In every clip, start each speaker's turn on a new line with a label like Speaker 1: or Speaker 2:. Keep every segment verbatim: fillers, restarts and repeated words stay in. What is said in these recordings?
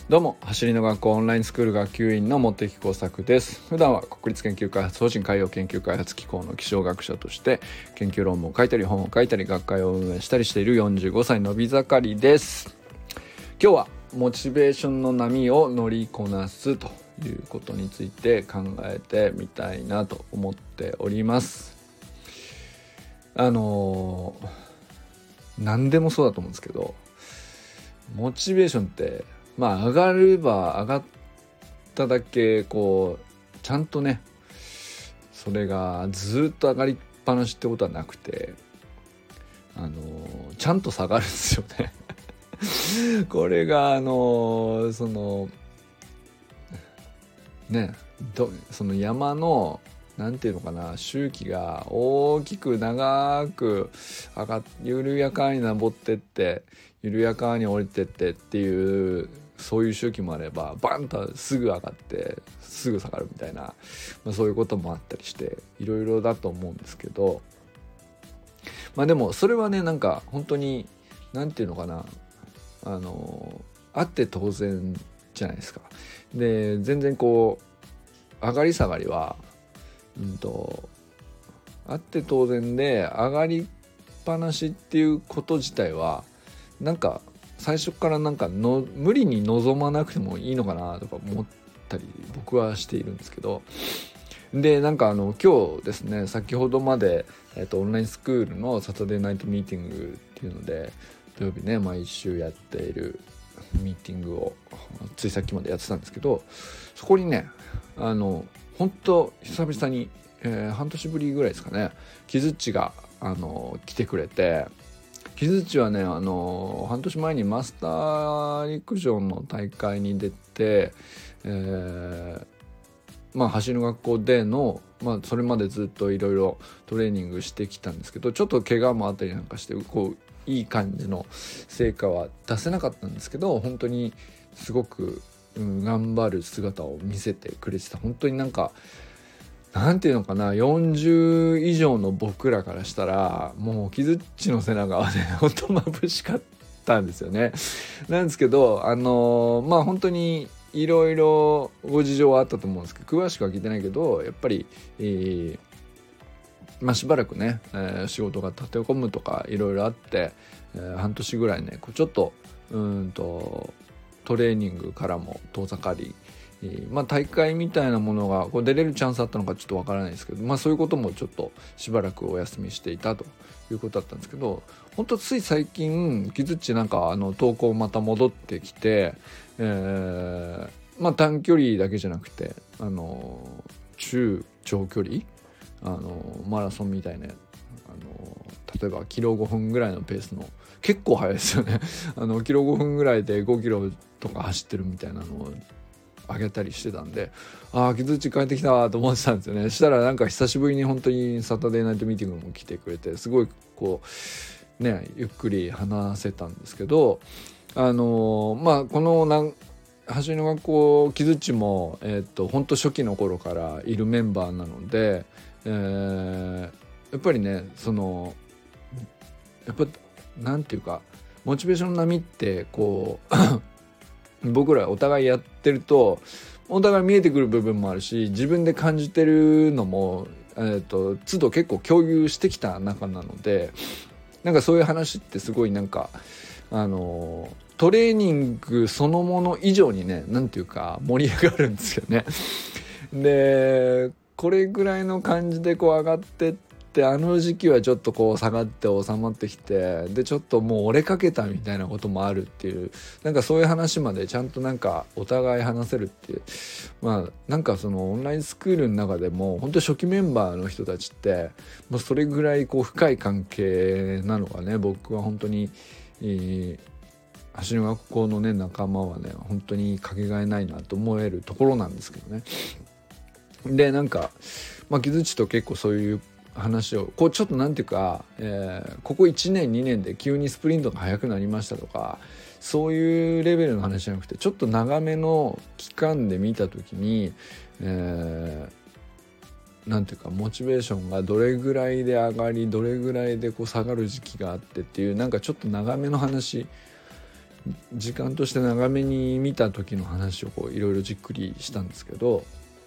Speaker 1: どうも、走りの学校オンラインスクール学級委員の茂木耕作です。普段は国立研究開発法人海洋研究開発機構の気象学者として研究論文を書いたり本を書いたり学会を運営したりしているよんじゅうごさいのび盛りです。今日はモチベーションの波を乗りこなすということについて考えてみたいなと思っております。あのー、何でもそうだと思うんですけど、モチベーションってまあ上がれば上がっただけこうちゃんとねそれがずっと上がりっぱなしってことはなくて、あのー、ちゃんと下がるんですよねこれがあのー、そのねどその山のなんていうのかな、周期が大きく長く上がっ緩やかに登ってって緩やかに降りてってっていうそういう周期もあれば、バンとすぐ上がってすぐ下がるみたいな、まあ、そういうこともあったりしていろいろだと思うんですけど、まあでもそれはねなんか本当になんていうのかな、あのあって当然じゃないですか。で全然こう上がり下がりはうんとあって当然で、上がりっぱなしっていうこと自体はなんか最初からなんかの無理に望まなくてもいいのかなとか思ったり僕はしているんですけど、でなんかあの今日ですね、先ほどまで、えっと、オンラインスクールのサタデーナイトミーティングっていうので土曜日ね毎週やっているミーティングをついさっきまでやってたんですけど、そこにねあの本当久々に、えー、半年ぶりぐらいですかね、キズッチがあの来てくれて、キズッチはねあの半年前にマスター陸上の大会に出て、えー、まあ走る学校での、まあ、それまでずっといろいろトレーニングしてきたんですけど、ちょっと怪我もあったりなんかしてこういい感じの成果は出せなかったんですけど、本当にすごくうん、頑張る姿を見せてくれてた。本当になんかなんていうのかな、よんじゅう以上の僕らからしたらもうキズッチの背中はね本当眩しかったんですよね。なんですけどあのー、まあ本当にいろいろご事情はあったと思うんですけど、詳しくは聞いてないけどやっぱり、えーまあ、しばらくね、えー、仕事が立て込むとかいろいろあって、えー、半年ぐらいねこうちょっとうーんとトレーニングからも遠ざかり、えー、まあ大会みたいなものがこう出れるチャンスあったのかちょっとわからないですけど、まあそういうこともちょっとしばらくお休みしていたということだったんですけど、本当つい最近キズッチなんかあの投稿また戻ってきて、えー、まあ短距離だけじゃなくてあの中長距離あのマラソンみたいなあの例えばキロごふんぐらいのペースの結構速いですよねあのキロごふんぐらいでごキロとか走ってるみたいなのを上げたりしてたんで、ああキズッチ帰ってきたと思ってたんですよね。したらなんか久しぶりに本当にサタデーナイトミーティングも来てくれて、すごいこうねゆっくり話せたんですけど、あのー、まあこのなん走りの学校キズッチもえっと本当初期の頃からいるメンバーなので、えー、やっぱりねそのやっぱなんていうかモチベーションの波ってこう僕らお互いやってるとお互い見えてくる部分もあるし、自分で感じてるのも、えーと、都度結構共有してきた中なので、なんかそういう話ってすごいなんかあのトレーニングそのもの以上にねなんていうか盛り上がるんですよね。でこれぐらいの感じでこう上がってってあの時期はちょっとこう下がって収まってきて、でちょっともう折れかけたみたいなこともあるっていう、なんかそういう話までちゃんとなんかお互い話せるっていう、まあなんかそのオンラインスクールの中でも本当初期メンバーの人たちってもうそれぐらいこう深い関係なのがね、僕は本当に、えー走り学校のね仲間はね本当にかけがえないなと思えるところなんですけどね。でなんかまあキズチと結構そういう話をこうちょっとなんていうか、えー、ここいちねんにねんで急にスプリントが速くなりましたとかそういうレベルの話じゃなくて、ちょっと長めの期間で見た時に、えー、なんていうかモチベーションがどれぐらいで上がりどれぐらいでこう下がる時期があってっていう、なんかちょっと長めの話時間として長めに見た時の話をこういろいろじっくりしたんですけど、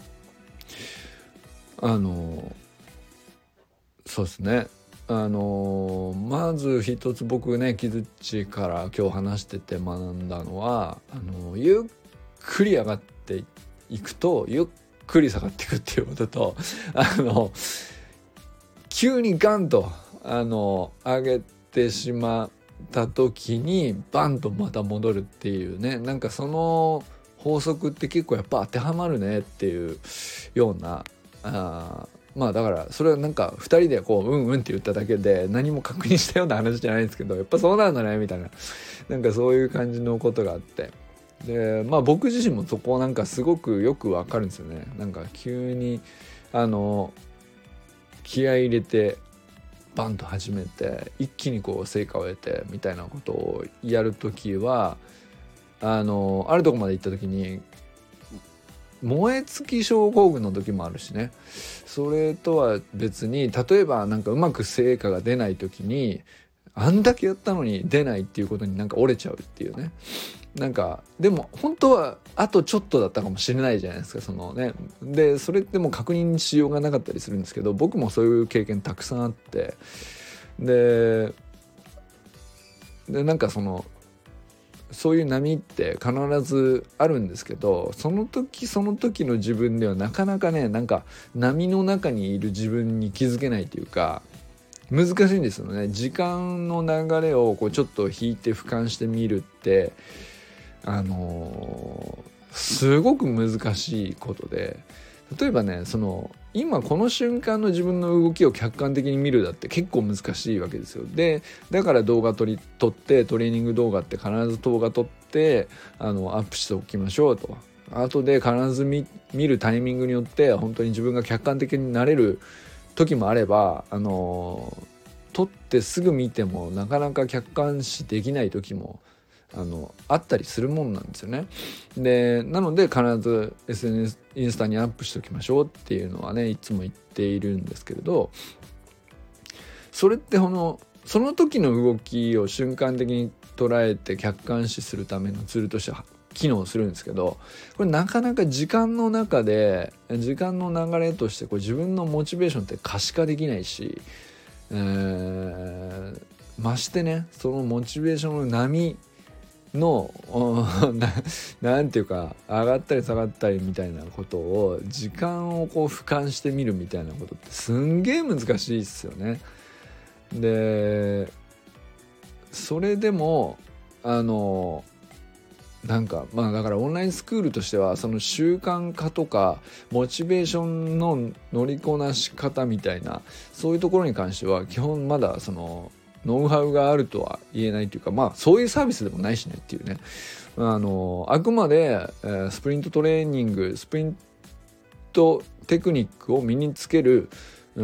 Speaker 1: あのそうですね、あのまず一つ僕ね木槌から今日話してて学んだのは、あのゆっくり上がっていくとゆっくり下がっていくっていうことと、あの急にガンとあの上げてしまった時にバンとまた戻るっていうね、なんかその法則って結構やっぱ当てはまるねっていうような、あまあだからそれはなんかふたりでこううんうんって言っただけで何も確認したような話じゃないんですけど、やっぱそうなんだねみたいな、なんかそういう感じのことがあって、でまあ僕自身もそこをなんかすごくよくわかるんですよね。なんか急にあの気合い入れてバンと始めて一気にこう成果を得てみたいなことをやるときは、あのあるとこまで行った時に燃え尽き症候群の時もあるしね、それとは別に例えばなんかうまく成果が出ない時にあんだけやったのに出ないっていうことになんか折れちゃうっていうね、なんかでも本当はあとちょっとだったかもしれないじゃないですか、そのね。でそれってもう確認しようがなかったりするんですけど、僕もそういう経験たくさんあって、ででなんかそのそういう波って必ずあるんですけど、その時その時の自分ではなかなかね、なんか波の中にいる自分に気づけないというか難しいんですよね。時間の流れをこうちょっと引いて俯瞰してみるってあのー、すごく難しいことで、例えばね、その今この瞬間の自分の動きを客観的に見るだって結構難しいわけですよ。でだから動画撮り撮ってトレーニング動画って必ず動画撮ってあのアップしておきましょうと。後で必ず 見, 見るタイミングによって本当に自分が客観的になれる時もあれば、あの撮ってすぐ見てもなかなか客観視できない時もあのあったりするもんなんですよね。でなので必ず エスエヌエス インスタにアップしておきましょうっていうのはねいつも言っているんですけれど、それってこのその時の動きを瞬間的に捉えて客観視するためのツールとしては機能するんですけど、これなかなか時間の中で時間の流れとしてこう自分のモチベーションって可視化できないし、えー、ましてねそのモチベーションの波のな, なんていうか上がったり下がったりみたいなことを時間をこう俯瞰してみるみたいなことってすんげえ難しいですよね。でそれでもあのなんかまあだからオンラインスクールとしてはその習慣化とかモチベーションの乗りこなし方みたいなそういうところに関しては基本まだそのノウハウがあるとは言えないというか、まあそういうサービスでもないしねっていうね、あのあくまで、えー、スプリントトレーニングスプリントテクニックを身につける、うん、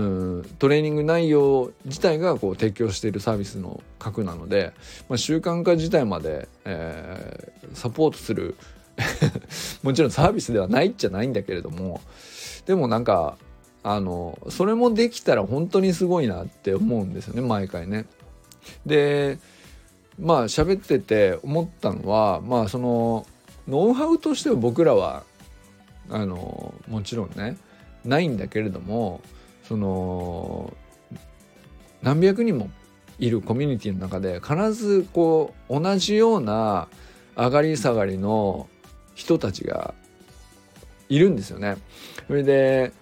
Speaker 1: トレーニング内容自体がこう提供しているサービスの核なので、まあ、習慣化自体まで、えー、サポートするもちろんサービスではないっちゃないんだけれども、でもなんかあのそれもできたら本当にすごいなって思うんですよね毎回ね。でまあ喋ってて思ったのは、まあそのノウハウとしては僕らはあのもちろんねないんだけれども、その何百人もいるコミュニティの中で必ずこう同じような上がり下がりの人たちがいるんですよね。それで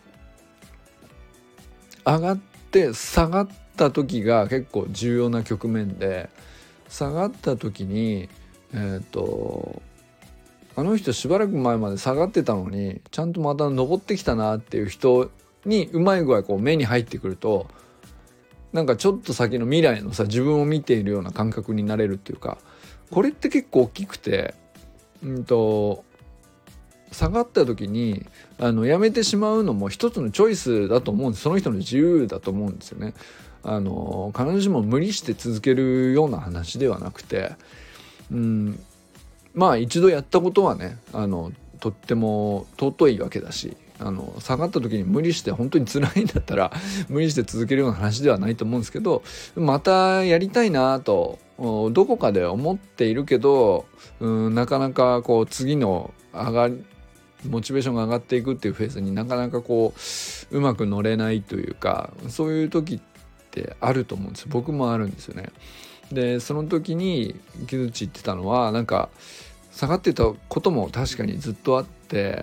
Speaker 1: 上がって下がった時が結構重要な局面で、下がった時にえっとあの人しばらく前まで下がってたのにちゃんとまた登ってきたなっていう人にうまい具合こう目に入ってくると、なんかちょっと先の未来のさ自分を見ているような感覚になれるっていうか、これって結構大きくて、うんと下がった時にあのやめてしまうのも一つのチョイスだと思うんです。その人の自由だと思うんですよね。あの必ずしも無理して続けるような話ではなくて、うん、まあ一度やったことはねあのとっても尊いわけだし、 あの下がった時に無理して本当に辛いんだったら無理して続けるような話ではないと思うんですけど、またやりたいなとどこかで思っているけど、うん、なかなかこう次の上がりモチベーションが上がっていくっていうフェーズになかなかこううまく乗れないというか、そういう時ってあると思うんですよ。僕もあるんですよね。でその時に木槌言ってたのは、なんか下がってたことも確かにずっとあって、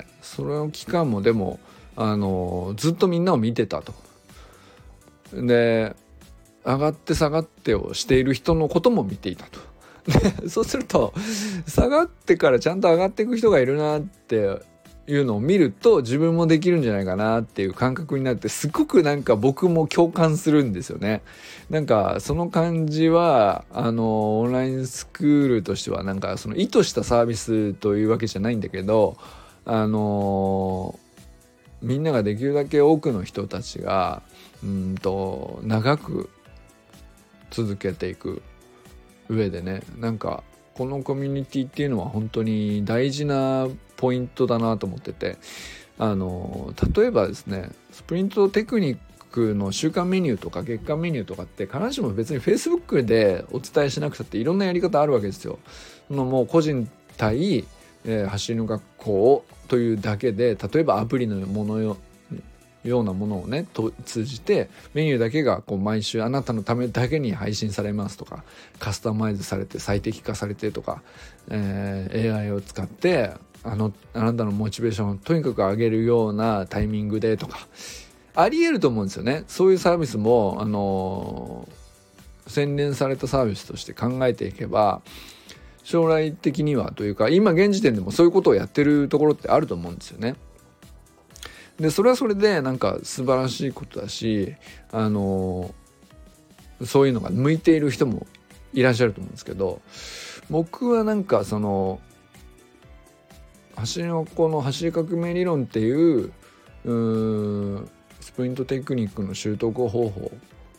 Speaker 1: その期間もでもあのずっとみんなを見てたと。で上がって下がってをしている人のことも見ていたと。でそうすると下がってからちゃんと上がっていく人がいるなっていうのを見ると、自分もできるんじゃないかなっていう感覚になって、すごくなんか僕も共感するんですよね。なんかその感じはあのオンラインスクールとしてはなんかその意図したサービスというわけじゃないんだけど、あのみんなができるだけ多くの人たちがうんと長く続けていく上でね、なんかこのコミュニティっていうのは本当に大事なポイントだなと思ってて、あの例えばですね、スプリントテクニックの週間メニューとか月間メニューとかって必ずしも別に Facebook でお伝えしなくたっていろんなやり方あるわけですよ。そのもう個人対、えー、走りの学校というだけで、例えばアプリのものよようなものをねと通じてメニューだけがこう毎週あなたのためだけに配信されますとか、カスタマイズされて最適化されてとか、えー、エーアイ を使ってあのあなたのモチベーションをとにかく上げるようなタイミングでとかあり得ると思うんですよね。そういうサービスもあのー、洗練されたサービスとして考えていけば、将来的にはというか今現時点でもそういうことをやってるところってあると思うんですよね。でそれはそれでなんか素晴らしいことだし、あのそういうのが向いている人もいらっしゃると思うんですけど、僕はなんかその走りのこの走り革命理論っていう、うーんスプリントテクニックの習得方法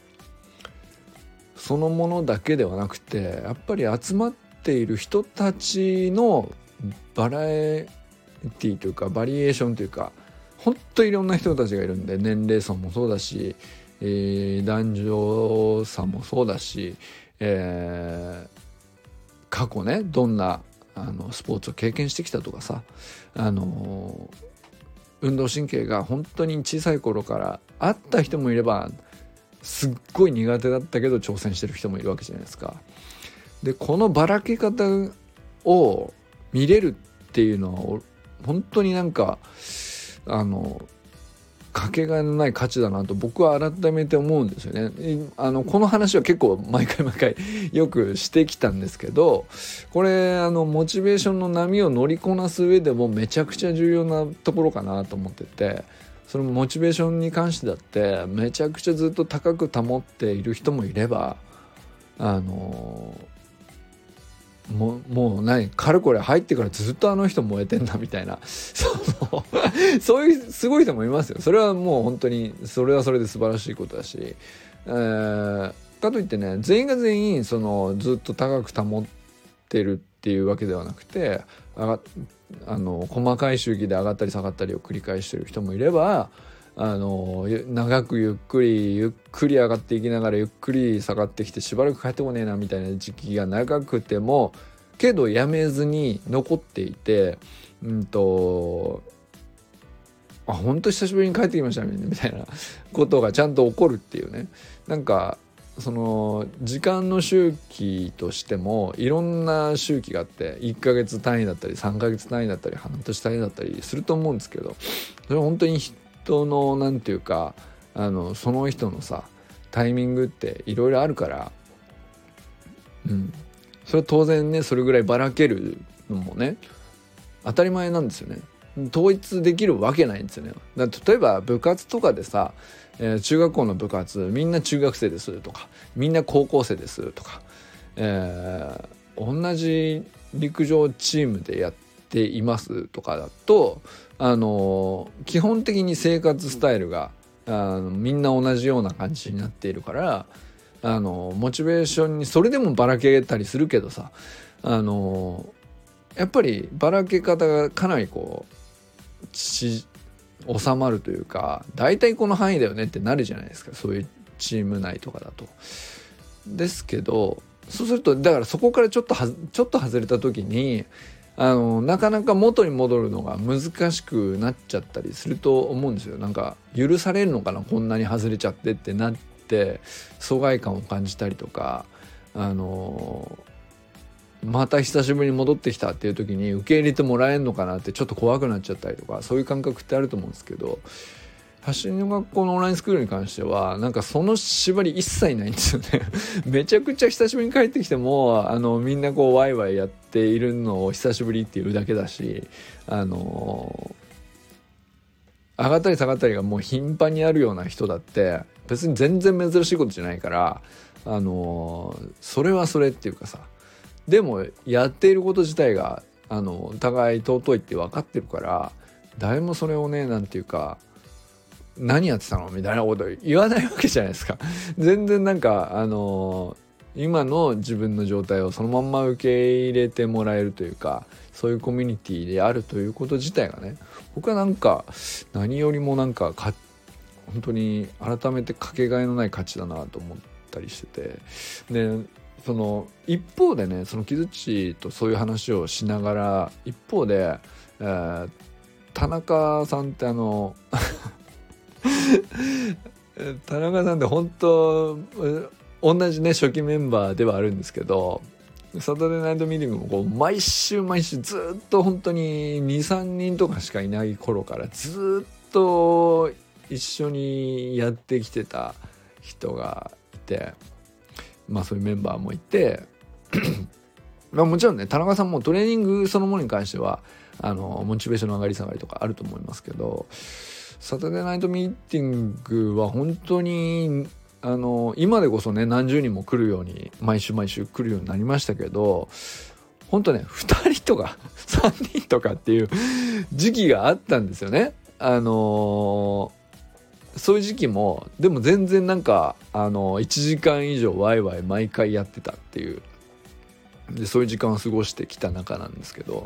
Speaker 1: そのものだけではなくて、やっぱり集まっている人たちのバラエティというかバリエーションというか、本当にいろんな人たちがいるんで、年齢層もそうだし、えー、男女差もそうだし、えー、過去ねどんなあのスポーツを経験してきたとかさ、あの運動神経が本当に小さい頃からあった人もいれば、すっごい苦手だったけど挑戦してる人もいるわけじゃないですか。でこのばらけ方を見れるっていうのは本当になんかあのかけがえのない価値だなと僕は改めて思うんですよね。あのこの話は結構毎回毎回よくしてきたんですけど、これあのモチベーションの波を乗りこなす上でもめちゃくちゃ重要なところかなと思ってて、そのモチベーションに関してだってめちゃくちゃずっと高く保っている人もいれば、あのもう、もう何かれこれ入ってからずっとあの人燃えてんなみたいなそのそういうすごい人もいますよ。それはもう本当にそれはそれで素晴らしいことだし、えー、かといってね全員が全員そのずっと高く保ってるっていうわけではなくて、ああの細かい周期で上がったり下がったりを繰り返してる人もいれば、あの長くゆっくりゆっくり上がっていきながらゆっくり下がってきてしばらく帰ってこねえなみたいな時期が長くてもけどやめずに残っていて、うんとあ本当久しぶりに帰ってきましたねみたいなことがちゃんと起こるっていうね、なんかその時間の周期としてもいろんな周期があって、いっかげつ単位だったりさんかげつ単位だったり半年単位だったりすると思うんですけど、それは本当に人のなんていうかあのその人のさタイミングっていろいろあるから、うんそれは当然ねそれぐらいばらけるのもね当たり前なんですよね。統一できるわけないんですよね。だから例えば部活とかでさ、えー、中学校の部活みんな中学生ですとかみんな高校生ですとか、えー、同じ陸上チームでやっていますとかだと、あのー、基本的に生活スタイルがあのみんな同じような感じになっているから、あのモチベーションにそれでもばらけたりするけどさ、あのやっぱりばらけ方がかなりこうち収まるというか、大体この範囲だよねってなるじゃないですか、そういうチーム内とかだと。ですけど、そうするとだからそこからちょっとはちょっと外れた時にあのなかなか元に戻るのが難しくなっちゃったりすると思うんですよ。なんか許されるのかな、こんなに外れちゃってってなって疎外感を感じたりとか、あのまた久しぶりに戻ってきたっていう時に受け入れてもらえるのかなってちょっと怖くなっちゃったりとか、そういう感覚ってあると思うんですけど、走りの学校のオンラインスクールに関してはなんかその縛り一切ないんですよねめちゃくちゃ久しぶりに帰ってきてもあのみんなこうワイワイやっているのを久しぶりっていうだけだし、あの上がったり下がったりがもう頻繁にあるような人だって別に全然珍しいことじゃないから、あのそれはそれっていうかさ、でもやっていること自体があのお互い尊いって分かってるから、誰もそれをねなんていうか何やってたのみたいなこと言わないわけじゃないですか全然なんかあのー、今の自分の状態をそのまんま受け入れてもらえるというか、そういうコミュニティであるということ自体がね、僕はなんか何よりもなんかか本当に改めてかけがえのない価値だなと思ったりしてて、でその一方でね、その木槌とそういう話をしながら一方で、えー、田中さんってあの田中さんって本当同じね初期メンバーではあるんですけど、サタデーナイトミーティングもこう毎週毎週ずっと本当に にさんにんとかしかいない頃からずっと一緒にやってきてた人がいて、まあそういうメンバーもいてまあもちろんね田中さんもトレーニングそのものに関してはあのモチベーションの上がり下がりとかあると思いますけど、サタデーナイトミーティングは本当にあの今でこそね何十人も来るように毎週毎週来るようになりましたけど、本当ねふたりとかさんにんとかっていう時期があったんですよね。あのー、そういう時期もでも全然なんかあのいちじかん以上ワイワイ毎回やってたっていうで、そういう時間を過ごしてきた中なんですけど、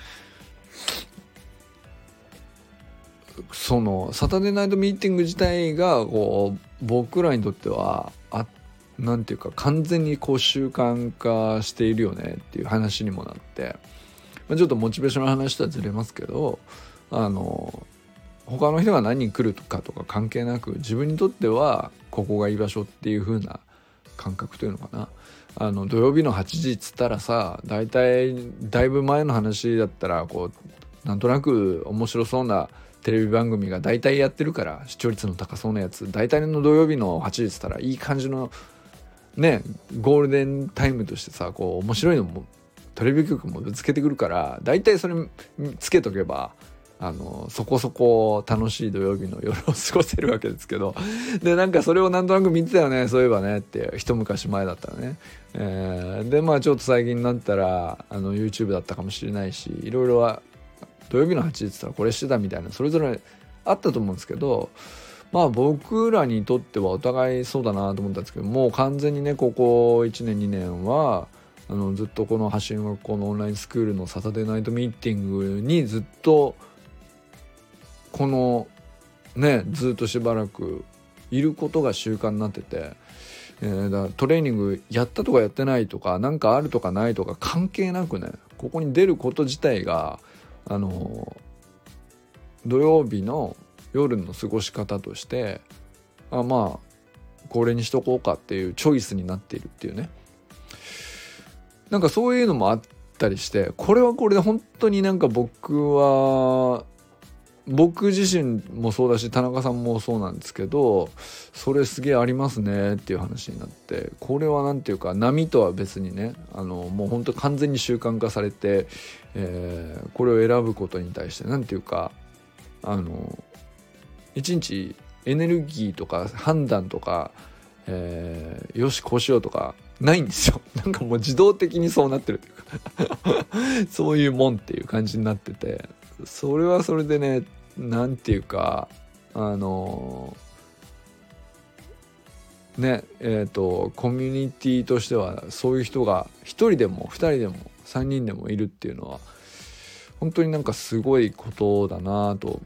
Speaker 1: そのサタデーナイトミーティング自体がこう僕らにとってはあなんていうか完全にこう習慣化しているよねっていう話にもなって、まあ、ちょっとモチベーションの話とはずれますけど、あの他の人が何人来るかとか関係なく自分にとってはここが居場所っていう風な感覚というのかな。あの土曜日のはちじっつったらさ、だいたいだいぶ前の話だったらこうなんとなく面白そうなテレビ番組が大体やってるから視聴率の高そうなやつ、大体の土曜日のはちじっつったらいい感じのねゴールデンタイムとしてさ、こう面白いのもテレビ局もぶつけてくるから、大体それつけとけばあのそこそこ楽しい土曜日の夜を過ごせるわけですけど、でなんかそれをなんとなく見てたよね、そういえばねって一昔前だったらね、えー、でまあちょっと最近になったらあの YouTube だったかもしれないし、いろいろは土曜日のはちじって言ったらこれしてたみたいなそれぞれあったと思うんですけど、まあ僕らにとってはお互いそうだなと思ったんですけど、もう完全にねここいちねんにねんはあのずっとこの発信学校のオンラインスクールのサタデーナイトミーティングにずっとこのねずっとしばらくいることが習慣になってて、えー、だからトレーニングやったとかやってないとかなんかあるとかないとか関係なくね、ここに出ること自体があの土曜日の夜の過ごし方としてあまあこれにしとこうかっていうチョイスになっているっていうね、なんかそういうのもあったりして、これはこれで本当になんか僕は僕自身もそうだし田中さんもそうなんですけど、それすげえありますねっていう話になって、これはなんていうか波とは別にね、あのもう本当完全に習慣化されて、えー、これを選ぶことに対してなんていうかあの一日エネルギーとか判断とか、えー、よしこうしようとかないんですよ。なんかもう自動的にそうなってるというかそういうもんっていう感じになってて、それはそれでねなんていうかあのねえっとコミュニティとしてはそういう人が一人でも二人でも三人でもいるっていうのは本当になんかすごいことだなと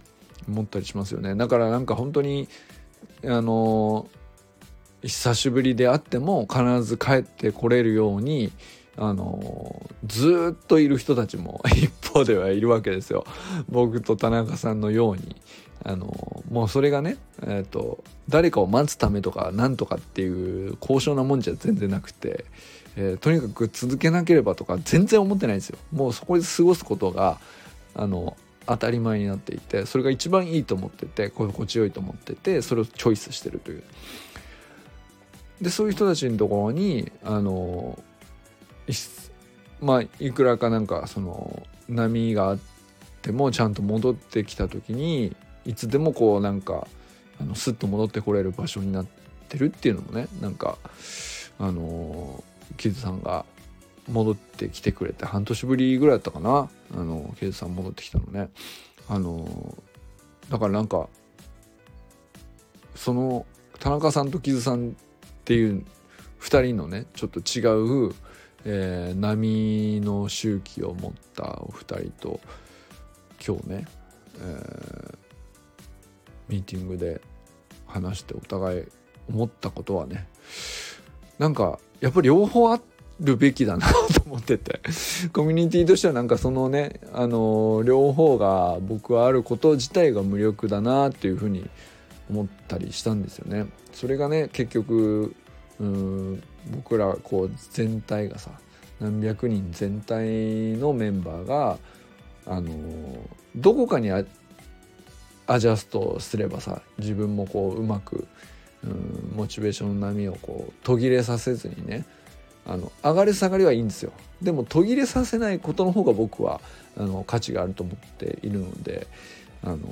Speaker 1: 思ったりしますよね。だからなんか本当にあの久しぶりであっても必ず帰ってこれるようにあのずっといる人たちも一方ではいるわけですよ。僕と田中さんのようにあのもうそれがね、えーと、誰かを待つためとかなんとかっていう高尚なもんじゃ全然なくて、えー、とにかく続けなければとか全然思ってないんですよ。もうそこで過ごすことがあの当たり前になっていて、それが一番いいと思ってて心地よいと思ってて、それをチョイスしてるという。でそういう人たちのところにあのいまあいくらかなんかその波があってもちゃんと戻ってきた時にいつでもこうなんかあのスッと戻ってこれる場所になってるっていうのもね、なんかあのキズさんが戻ってきてくれて半年ぶりぐらいだったかな、あのキズさん戻ってきたのね。あのだからなんかその田中さんとキズさんっていうふたりのねちょっと違う、えー、波の周期を持ったお二人と今日ね、えー、ミーティングで話してお互い思ったことはね、なんかやっぱり両方あるべきだなと思ってて、コミュニティとしてはなんかそのねあの両方が僕はあること自体が無力だなっていうふうに思ったりしたんですよね。それがね結局うーん僕らこう全体がさ何百人全体のメンバーがあのどこかにアジャストすればさ自分もこううまくうんモチベーションの波をこう途切れさせずにね、あの上がり下がりはいいんですよ。でも途切れさせないことの方が僕はあの価値があると思っているので、あの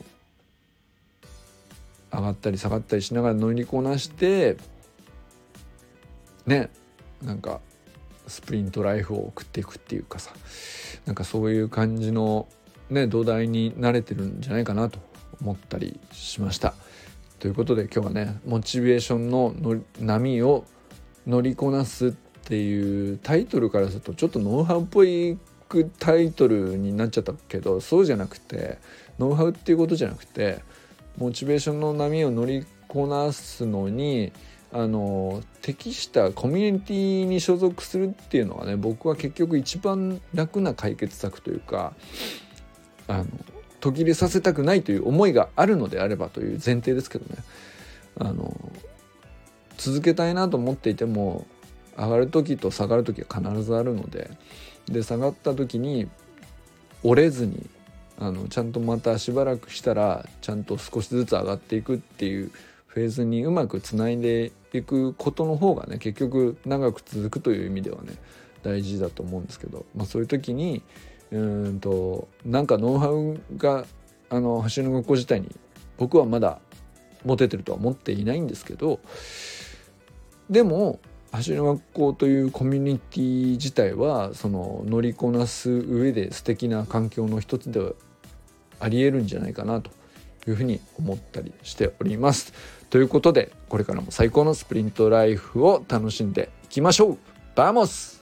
Speaker 1: 上がったり下がったりしながら乗りこなしてね、なんかスプリントライフを送っていくっていうかさ、なんかそういう感じのね土台に慣れてるんじゃないかなと思ったりしました。ということで今日はねモチベーションのの波を乗りこなすっていうタイトルからするとちょっとノウハウっぽいタイトルになっちゃったけど、そうじゃなくてノウハウっていうことじゃなくてモチベーションの波を乗りこなすのにあの適したコミュニティに所属するっていうのはね、僕は結局一番楽な解決策というか、あの途切れさせたくないという思いがあるのであればという前提ですけどね、あの続けたいなと思っていても上がる時と下がる時は必ずあるので、で下がった時に折れずにあのちゃんとまたしばらくしたらちゃんと少しずつ上がっていくっていうフェーズにうまくつないでいくことの方がね結局長く続くという意味ではね大事だと思うんですけど、まあ、そういう時にうーんとなんかノウハウがあの走りの学校自体に僕はまだ持ててるとは思っていないんですけど、でも走りの学校というコミュニティ自体はその乗りこなす上で素敵な環境の一つではありえるんじゃないかなというふうに思ったりしております。ということでこれからも最高のスプリントライフを楽しんでいきましょう。バモス。